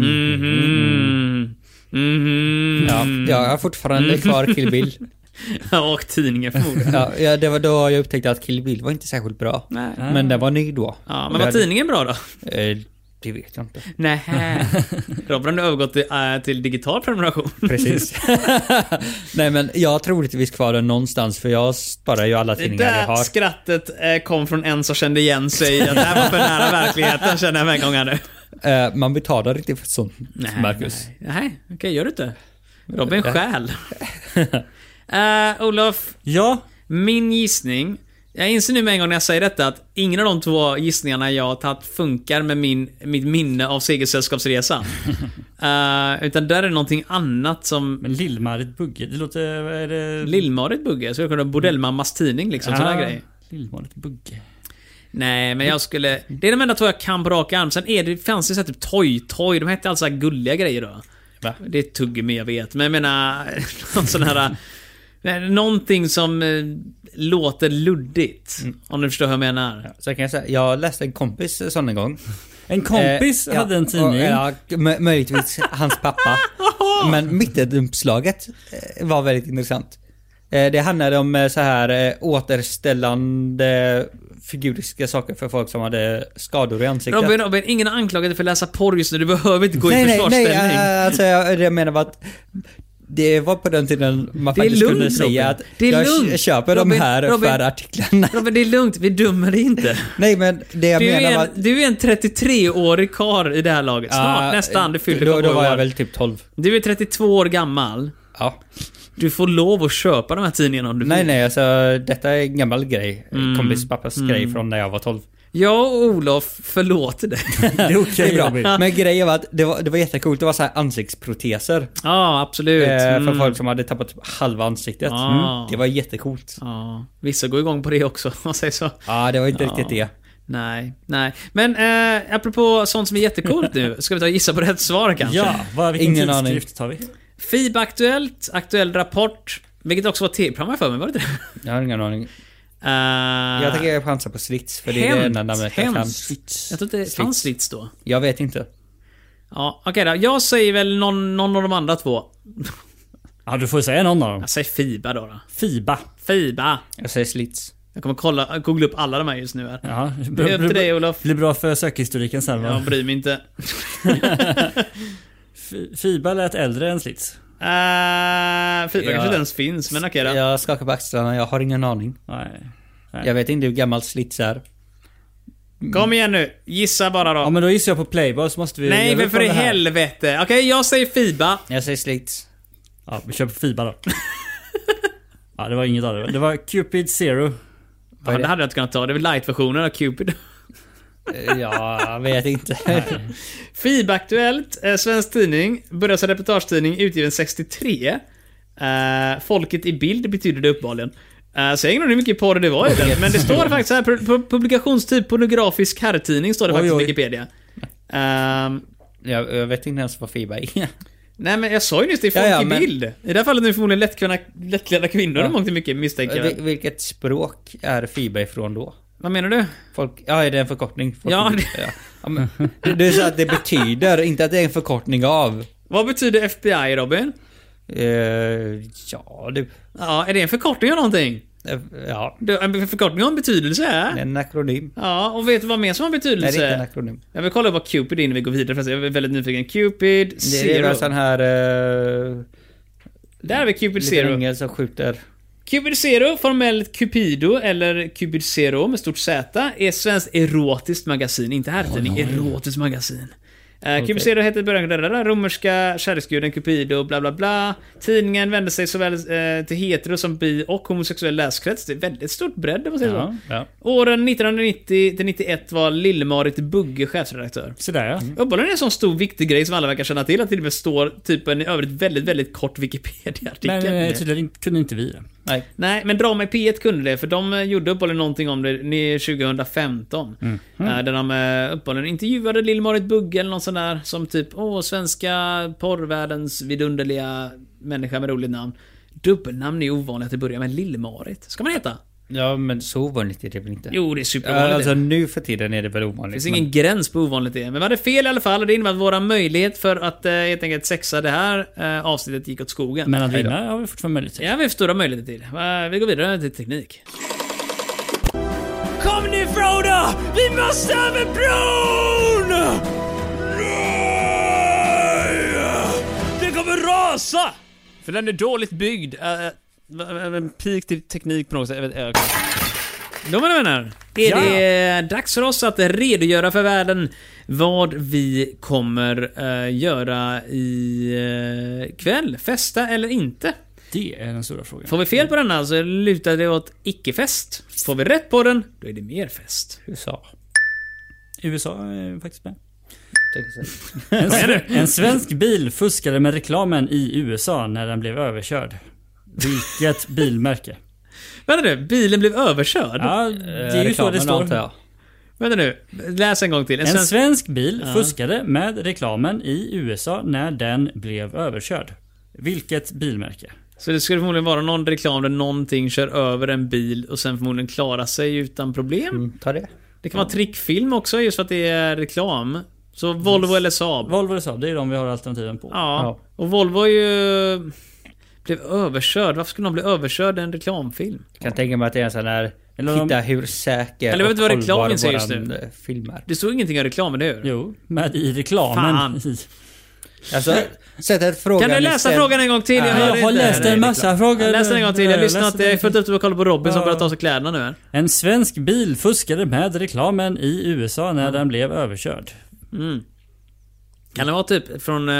Ja, jag har fortfarande kvar Kill Bill. Och tidningen förmodligen. Ja, det var då jag upptäckte att Kill Bill var inte särskilt bra. Nej. Men den var ny då. Ja, men var tidningen bra då? Det vet jag inte. Nej. Robin har övergått till digital prenumeration. Precis. Nej, men jag har troligtvis kvar den någonstans, för jag sparar ju alla tidningar jag har. Skrattet kom från en som kände igen sig. Det här var för nära verkligheten, känner jag med en gång här nu. Man betalar inte för sånt, Marcus. Nej, okej, gör du inte. Robin stjäl. Olof. Ja? Min gissning. Jag inser nu med en gång när jag säger detta att ingen av de 2 gissningarna jag har tagit funkar med mitt minne av Segersällskapsresan. Utan där är någonting annat som... Men Lill-Marit Bugge, det låter... Är det... Lill-Marit Bugge? Så jag kunde Bordellmammas tidning liksom, sån där grej. Lill-Marit Bugge. Nej, men jag skulle... Det är de enda två jag kan på rak arm. Sen fanns det så här typ Toy. De hette alltså gulliga grejer då. Va? Det är tuggummi jag vet. Men jag menar... någon sån här... någonting som låter luddigt. Om du förstår hur jag menar. Ja, så kan jag säga, jag läste en kompis sån en gång. En kompis hade en tidning. Möjligtvis hans pappa. Men mittenuppslaget var väldigt intressant. Det handlade om så här återställande figuriska saker för folk som hade skador i ansiktet. Robin, ingen har anklagat dig för att läsa porr just nu. Du behöver inte gå i försvarsställning. Nej, alltså jag menar bara att det var på den tiden man faktiskt kunde säga att jag köper de här för artiklarna. Robin, det är lugnt. Vi dömer det inte. Nej, men det jag menar var... Du är en 33-årig karl i det här laget. Snart, nästan. Du fyller då var jag väl typ 12. Du är 32 år gammal. Ja. Du får lov att köpa de här tidningarna om du vill. Nej, alltså detta är en gammal grej. Kompis pappas grej från när jag var 12. Jag och Olof förlåter det. Det är okej, bra. Men grejen var att det var jättecoolt. Det var så här ansiktsproteser. Ja, absolut. För folk som hade tappat halva ansiktet. Det var jättecoolt. Ja, vissa går igång på det också, om man säger så. Ja, det var inte riktigt det. Nej. Men apropå sånt som är jättecoolt nu, ska vi ta gissa på rätt svar kanske? Ja, vilken tidskrift tar vi? FIB Aktuellt, Aktuell Rapport, vilket också var tv-program för mig, var det inte det? Jag har ingen aning. Jag tänker chansa på Slits, för det är det enda namnet jag kan. Jag tror inte det fanns Slits då. Jag vet inte. Ja, okej då. Jag säger väl någon av de andra två. Ja, du får säga någon av dem. Jag säger FIBA då. FIBA. Jag säger Slits. Jag kommer googla upp alla de här just nu här. Ja, det är upp till dig, Olof. Blir bra för sökhistoriken sen, va? Jag bryr mig inte. FIBA lät äldre än Slits. FIBA kanske inte ens finns, men okej då. Jag skakar på axlarna, jag har ingen aning. Nej. Jag vet inte hur gammal Slits är. Kom igen nu, gissa bara då. Ja, men då gissar jag på Playboy, så måste vi... Nej, men för i helvete. Okej, jag säger FIBA. Jag säger Slits. Ja, vi kör på FIBA då. Ja, det var inget av det. Det var Cupid Zero. Ja, det hade jag inte kunnat ta. Det är väl light-versionen av Cupid. Ja, jag vet inte. FIB Aktuellt, svensk tidning, började som reportagetidning, utgiven 63. Folket i bild betyder det uppehållligen. Så jag vet inte hur mycket porr det var i den, men det står faktiskt här, publikationstyp pornografisk herrtidning står det faktiskt i Wikipedia. Jag vet inte ens vad FIBA är. Nej, men jag sa ju nyss, det är folk i bild. I det här fallet är det förmodligen lättklädda kvinnor om mångt mycket misstänker. Vilket språk är FIBA ifrån då? Vad menar du? Är det en förkortning? Ja, men, det är så att det betyder, inte att det är en förkortning av. Vad betyder FBI, Robin? Ja, är det en förkortning av någonting? Ja. En förkortning har en betydelse, Det är en akronym. Ja, och vet du vad mer som har betydelse? Nej, det är inte en akronym. Jag vill kolla vad Cupid är innan vi går vidare, för jag är väldigt nyfiken. Cupid Zero. Det är väl sån här... Där har vi Cupid Zero. Ingen som skjuter. Cupid Zero, formellt Cupido, eller Cupid Zero med stort Z, är svenskt erotiskt magasin. Inte herrtidning, erotiskt magasin. Cupid Zero heter början romerska kärleksguden Cupido, bla bla bla. Tidningen vänder sig såväl till hetero som bi och homosexuell läskrets. Det är väldigt stort bredd, det måste jag säga. Ja. Åren 1990-91 var Lill-Marit Bugge chefredaktör. Så där, ja. Uppenbarligen är en sån stor viktig grej som alla verkar känna till, att det står typ en i övrigt väldigt, väldigt kort Wikipedia-artikel. Men tydligen kunde inte vi det. Nej, men Drama i P1 kunde det, för de gjorde uppehållligen någonting om det 2015. Där de uppehållligen intervjuade Lill-Marit Bugge eller någon sån där, som typ, svenska porrvärldens vidunderliga människa med roligt namn. Dubbelnamn är ovanligt att det börjar med Lill-Marit. Ska man heta? Ja, men så ovanligt är det väl inte? Jo, det är superovanligt. Alltså nu för tiden är det väl ovanligt. Det finns ingen gräns på ovanligt det. Men vi hade fel i alla fall, och det innebär att våra möjlighet för att helt enkelt sexa det här avsnittet gick åt skogen. Men att vinna har vi fortfarande möjlighet till. Ja, vi har stora möjligheter till. Vi går vidare till teknik. Kom nu, Frodo! Vi måste över bron! Nej! Det kommer rasa! För den är dåligt byggd. En peak till teknik på något sätt. Då vänner, är det dags för oss att redogöra för världen vad vi kommer göra i kväll. Festa eller inte? Det är den stora frågan. Får vi fel på den så lutar det åt icke-fest. Får vi rätt på den, då är det mer fest. USA är faktiskt med. En svensk bil fuskade med reklamen i USA när den blev överkörd. Vilket bilmärke? Vänta nu, bilen blev överkörd? Ja, det är ju så det står. Vänta nu, läs en gång till. En svensk bil fuskade med reklamen i USA när den blev överkörd. Vilket bilmärke? Så det skulle förmodligen vara någon reklam där någonting kör över en bil och sen förmodligen klarar sig utan problem. Ta det. Det kan vara trickfilm också just för att det är reklam. Så Volvo eller Saab. Volvo eller Saab, det är de vi har alternativen på. Ja. Och Volvo är ju... blev överkörd. Varför skulle någon bli överkörd i en reklamfilm? Jag kan tänka mig att det är en sån här... Titta hur säker eller vet du vad reklamen säger just nu? Filmer. Det står ingenting om reklamen, det hur? Jo, med i reklamen. Fan. Alltså, frågan. Kan du läsa frågan en gång till? Jag har läst en massa frågor. Jag läste en gång till. Jag lyssnade att jag är fullt upp och kollar på Robin som börjar ta sig kläderna nu här. En svensk bil fuskade med reklamen i USA när den blev överkörd. Kan det vara typ från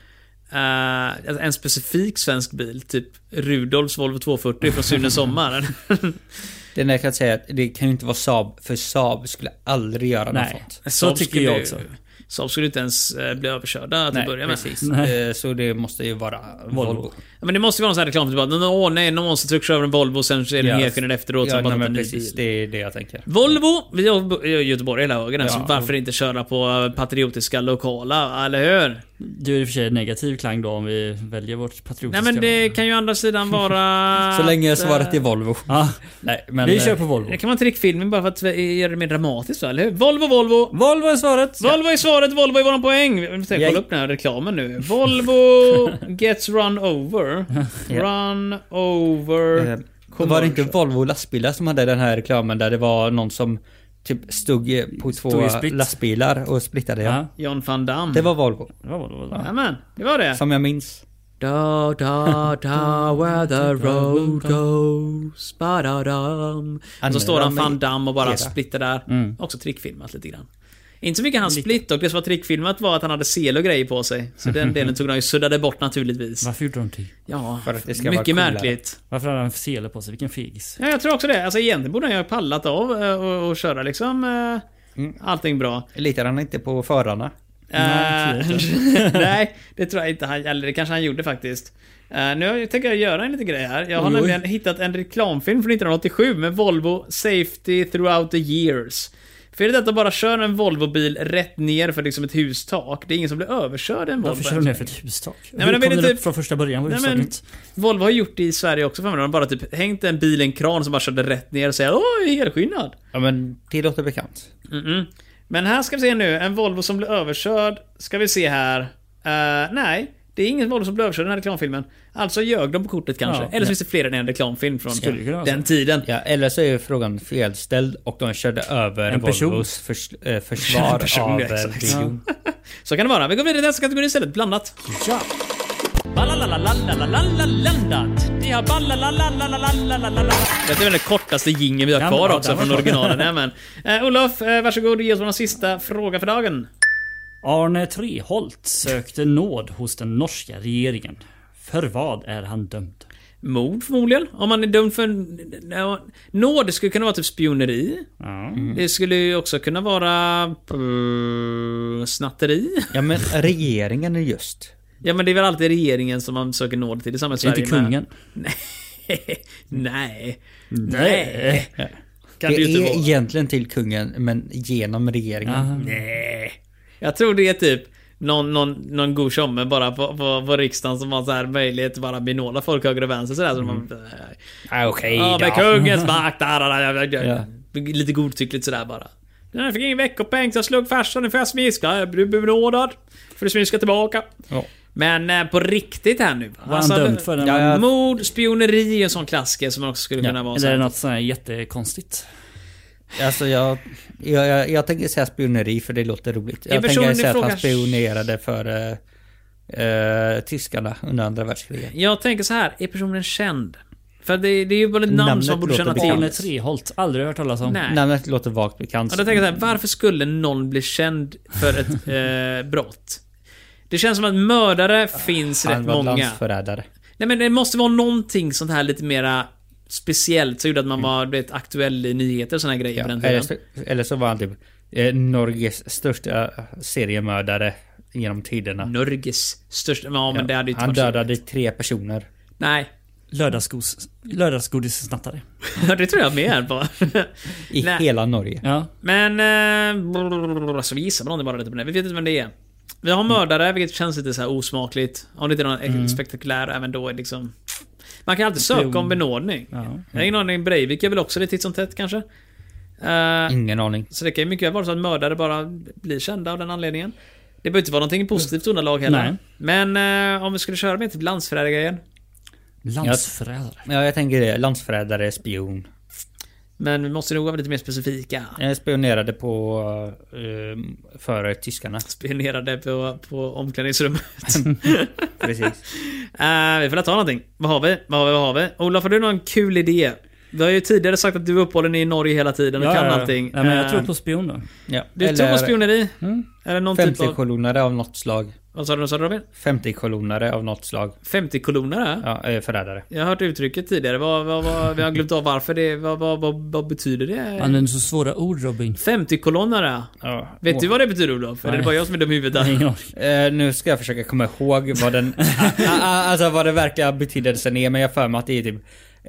en specifik svensk bil? Typ Rudolfs Volvo 240 från Sune Sommar? Det är jag kan säga att det kan ju inte vara Saab, för Saab skulle aldrig göra något sånt. Så tycker jag också. Saab skulle inte ens bli överkörda till att börja med. Precis. Så det måste ju vara Volvo. Men det måste ju vara en sån här reklam typ att någon monstertruck kör över en Volvo och sen så är den helskinnad efteråt. Ja, men precis. Det är det jag tänker. Volvo, vi har Göteborg hela högen, så varför inte köra på patriotiska lokala, eller hur? Det är i och för sig negativ klang då om vi väljer vårt patriotiska. Nej men det kan ju andra sidan vara... Så länge svaret är Volvo. Ja. Nej, men vi kör på Volvo. Det kan vara trickfilming bara för att göra det mer dramatiskt, eller hur? Volvo! Volvo är svaret! Volvo är svaret, Volvo är våran poäng! Vi måste kolla upp den här reklamen nu. Volvo gets run over. Run over... Var det inte Volvo lastbilar som hade den här reklamen där det var någon som typ stod på två lastbilar och splittade? Ja. John van Damme. Det var Volvo. Ja, men det var det. Som jag minns. Da da da where the road goes. Ba-da-dam. Och så står han van Damme och bara splittar där. Också trickfilmat lite grann. Inte så mycket han splitt, och det som var trickfilmat var att han hade sel och grejer på sig. Så den delen tog de ju suddade bort naturligtvis. Varför gjorde de det? Ja, för att det ska mycket vara märkligt. Varför hade han sele på sig? Vilken fegis. Ja, jag tror också det. Alltså egentligen borde han ju ha pallat av och köra liksom allting bra. Litar han inte på förarna? Nej, det tror jag inte han, eller det kanske han gjorde faktiskt. Nu tänker jag göra en liten grej här. Jag har nämligen hittat en reklamfilm från 1987 med Volvo Safety Throughout the Years. För är det att bara köra en Volvo-bil rätt ner för liksom ett hustak? Det är ingen som blir överkörd en Volvo. Varför kör de ner för ett hustak? Nej, men kom det typ från första början? Volvo har gjort det i Sverige också för mig. De har bara typ hängt en bil i en kran som bara körde rätt ner och säger åh, helskillnad. Ja, men det låter bekant. Men här ska vi se nu, en Volvo som blir överkörd. Ska vi se här. Nej, det är ingen Volvo som blir överkörd i den här reklamfilmen. Alltså ljög de på kortet kanske. Eller så finns det fler än en reklamfilm från den tiden. Ja, eller så är frågan felställd och de körde över en Volvos försvar av videon. Så kan det vara. Vi går vidare till nästa kategori istället. Blandat. Ja. Blandat. Det har ballalalalalalalala. Det är väl den kortaste jingeln vi har kvar också från originalen. Men Olof, varsågod och ge oss vår sista fråga för dagen. Arne Treholt sökte nåd hos den norska regeringen. För vad är han dömd? Mord förmodligen. Om man är dömd för nåd, det skulle kunna vara typ spioneri. Det skulle ju också kunna vara snatteri. Ja, men regeringen är just. Ja, men det är väl alltid regeringen som man söker nåd till. Det är samma i Sverige. Inte kungen. Nej. Kan det är egentligen till kungen, men genom regeringen. Nej. Jag tror det är typ någon god tjomme bara på riksdagen som har så här möjlighet att bara benåda folk höger och vänster sådär. Så man, okej då. Med kungens makt. Lite godtyckligt sådär bara. Jag fick ingen veckopeng så jag slog farsan i fast smiska. Du blir benådad. För du smiska tillbaka. Men på riktigt här nu. Vad han dömd för den? Mord, spioneri är en sån klassiker som man också skulle kunna vara. Eller är det något sånt här jättekonstigt? Alltså jag tänker säga spioneri för det låter roligt. Jag tänker säga att han spionerade för tyskarna under andra världskriget. Jag tänker så här, är personen känd? För det är ju bara ett namn som borde känna till. Arne Treholt, aldrig hört talas om. Nej. Namnet låter vagt bekant. Och då tänker jag så här, varför skulle någon bli känd för ett brott? Det känns som att mördare finns rätt många. Han var landsförrädare. Nej, men det måste vara någonting sånt här lite mera speciellt så gjorde att man var blivit aktuell i nyheter och såna här grejer på den tiden. Eller så var han typ Norges största seriemördare genom tiderna. Norges största... Ja, men det hade ju inte Han varit så. dödade 3 personer. Nej. Lördagsgodissnattare. Det tror jag mer på. I Nej. hela Norge. Ja. Men... så vi gissar på någon bara lite på det. Vi vet inte vem det är. Vi har mördare, vilket känns lite så här osmakligt. Om det inte är någon spektakulär, även då är liksom... Man kan alltid söka om benådning. Ja. Jag har ingen aning. Breivik är väl också lite titt som tätt kanske. Ingen aning. Så det kan ju mycket väl vara så att mördare bara blir kända av den anledningen. Det behöver inte vara någonting positivt underlag heller. Nej. Men om vi skulle köra med till landsförrädare-grejen. Landsförrädare. Ja, jag tänker det. Landsförrädare, spion. Men vi måste nog vara lite mer specifika. Jag spionerade på för tyskarna. Spionerade på omklädningsrummet. Precis. Vi får ta någonting. Vad har vi? Olof, har du någon kul idé? Du har ju tidigare sagt att du är uppehållen i Norge hela tiden och kan allting. Ja, men jag tror på spion då. Ja. Du tror på spioneri? Eller någon typ av... 50-kolonare av något slag. Vad sa du Robin? 50-kolonare av något slag. 50-kolonare? Ja, förrädare. Jag har hört uttrycket tidigare. Vi har glömt av varför det... Vad betyder det? Använder så svåra ord, Robin. 50-kolonnare? Ja. Vet du vad det betyder, Olof? Eller är det bara jag som är dum i huvudet där? Nu ska jag försöka komma ihåg vad den... alltså vad det verkliga betydelsen är. Men jag för mig att det är typ...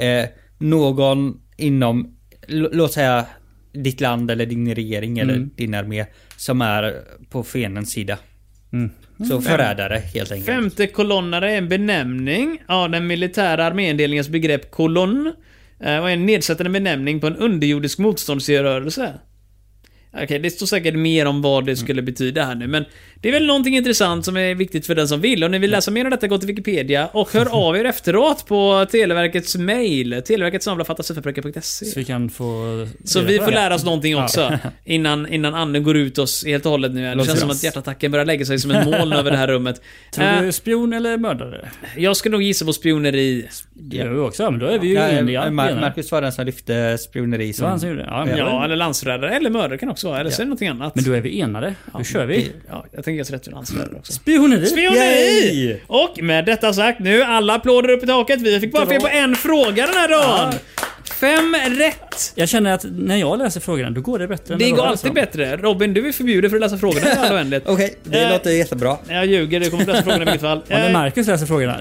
någon inom... Låt säga ditt land eller din regering eller din armé som är på fiendens sida. Så förrädare helt enkelt. 50-kolonnare är en benämning av den militära arméindelningens begrepp kolonn och en nedsättande benämning på en underjordisk motståndsrörelse. Okej, det står säkert mer om vad det skulle betyda här nu, men det är väl någonting intressant som är viktigt för den som vill. Och ni vill läsa mer om detta, gå till Wikipedia och hör av er efteråt på Televerkets mail, televerket@fantasiförbrukare.se. Så vi kan få... Så vi får lära oss någonting också innan Anne går ut oss helt och hållet nu. Det känns som att hjärtattacken börjar lägga sig som en moln över det här rummet. Tror du spion eller mördare? Jag ska nog gissa på spioneri. Du också, men då är vi ju eniga. Marcus var den som lyfte spioneri som... Han som gjorde det. Ja, eller landsförrädare, eller mördare kan också vara. Eller så är det någonting annat. Men då är vi enade. Då kör vi. Ja, jag tänker jag rätt ur landsförrädare också. Spioneri! Yay! Och med detta sagt, nu alla applåder upp i taket. Vi fick bara fel på en fråga den här dagen. 5 rätt. Jag känner att när jag läser frågorna, då går det bättre. Det går alltid bättre. Robin, du är förbjuden för att läsa frågorna. Det är oändligt. Okej, det låter jättebra. Jag ljuger, du kommer att läsa frågorna i vilket fall. När Marcus läser frågorna,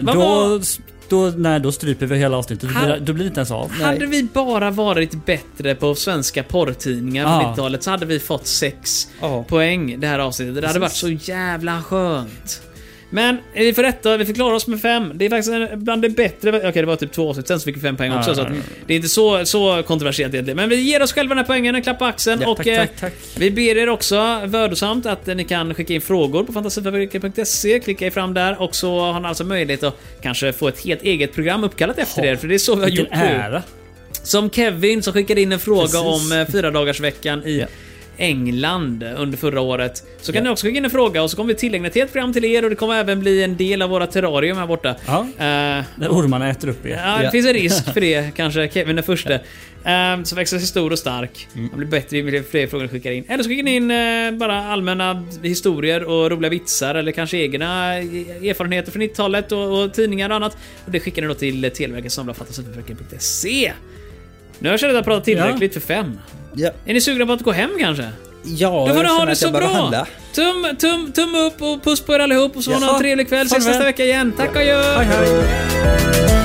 då stryper vi hela avsnittet. Då blir det inte ens av. Hade vi bara varit bättre på svenska porrtidningar på 90-talet så hade vi fått 6 poäng det här avsnittet. Det hade varit så jävla skönt. Men vi får rätta, vi får klara oss med 5. Det är faktiskt bland det bättre. Okej, det var typ 2 avsnitt sen så fick vi 5 poäng också. Så att det är inte så kontroversiellt egentligen. Men vi ger oss själva den här poängen, en klapp på axeln. Ja, och tack. vi ber er också vördosamt att ni kan skicka in frågor på fantasifabriken.se. Klicka er fram där. Och så har ni alltså möjlighet att kanske få ett helt eget program uppkallat efter er. För det är så vi har gjort nu. Som Kevin som skickade in en fråga om 4-dagarsveckan i England under förra året. Så kan ni också skicka in en fråga och så kommer vi tillägna ett helt program till er och det kommer även bli en del av våra terrarium här borta. Där ormarna äter upp er. Ja, det finns en risk för det. Kanske Kevin är första. Så växer sig stor och stark. Han blir bättre ju fler frågor ni skickar in. Eller så skickar ni in bara allmänna historier och roliga vitsar eller kanske egna erfarenheter från 90-talet och tidningar och annat. Och det skickar ni då till televerket@fantasifabriken.se. Nu har jag känt att jag pratat tillräckligt för 5. Ja. Är ni sugna på att gå hem kanske? Ja, då får ni ha det att så bra. Tumme upp och puss på er allihop och så ha en trevlig kväll. Ses nästa vecka igen. Tack och adjö. Hej hej.